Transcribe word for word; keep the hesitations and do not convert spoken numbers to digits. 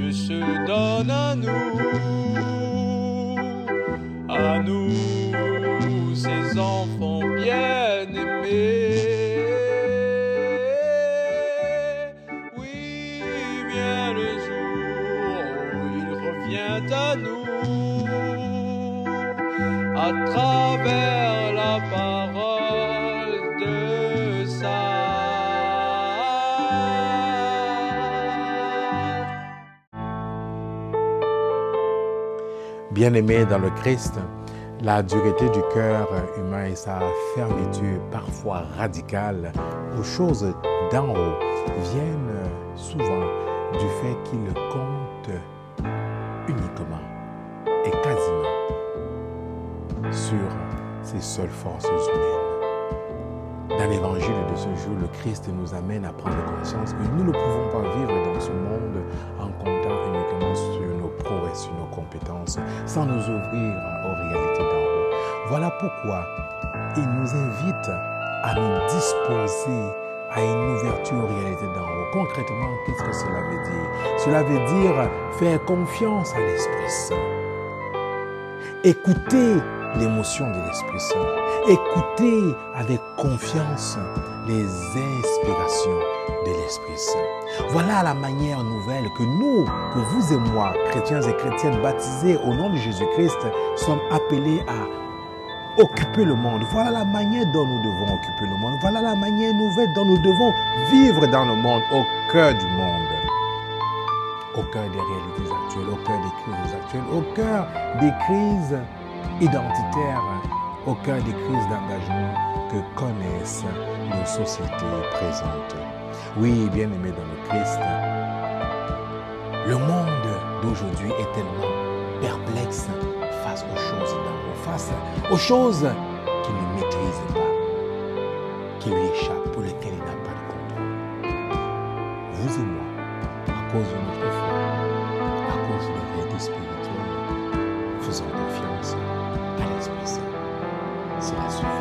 Dieu se donne à nous, à nous, ses enfants bien-aimés. Oui, vient le jour où il revient à nous, à travers la parole de sa. Bien-aimés dans le Christ, la dureté du cœur humain et sa fermeture parfois radicale aux choses d'en haut viennent souvent du fait qu'il compte uniquement et quasiment sur ses seules forces humaines. Dans l'évangile de ce jour, le Christ nous amène à prendre conscience que nous ne pouvons pas vivre dans ce monde en comptant uniquement sur nos prouesses, sur nos compétences, sans nous ouvrir aux réalités d'en haut. Voilà pourquoi il nous invite à nous disposer à une ouverture aux réalités d'en haut. Concrètement, qu'est-ce que cela veut dire? Cela veut dire faire confiance à l'Esprit Saint. Écouter l'émotion de l'Esprit Saint. Écoutez avec confiance les inspirations de l'Esprit Saint. Voilà la manière nouvelle que nous, que vous et moi, chrétiens et chrétiennes baptisés au nom de Jésus-Christ, sommes appelés à occuper le monde. Voilà la manière dont nous devons occuper le monde. Voilà la manière nouvelle dont nous devons vivre dans le monde, au cœur du monde. Au cœur des réalités actuelles, au cœur des crises actuelles, au cœur des crises identitaires, au cœur des crises d'engagement que connaissent nos sociétés présentes. Oui, bien-aimés dans le Christ, le monde d'aujourd'hui est tellement perplexe face aux choses d'en haut, face aux choses qu'il ne maîtrise pas, qui lui échappent, pour lesquelles il n'a pas de contrôle. Vous et moi, à cause de notre foi, à cause de la vérité spirituelle, faisons confiance à l'Esprit Saint. C'est la suite.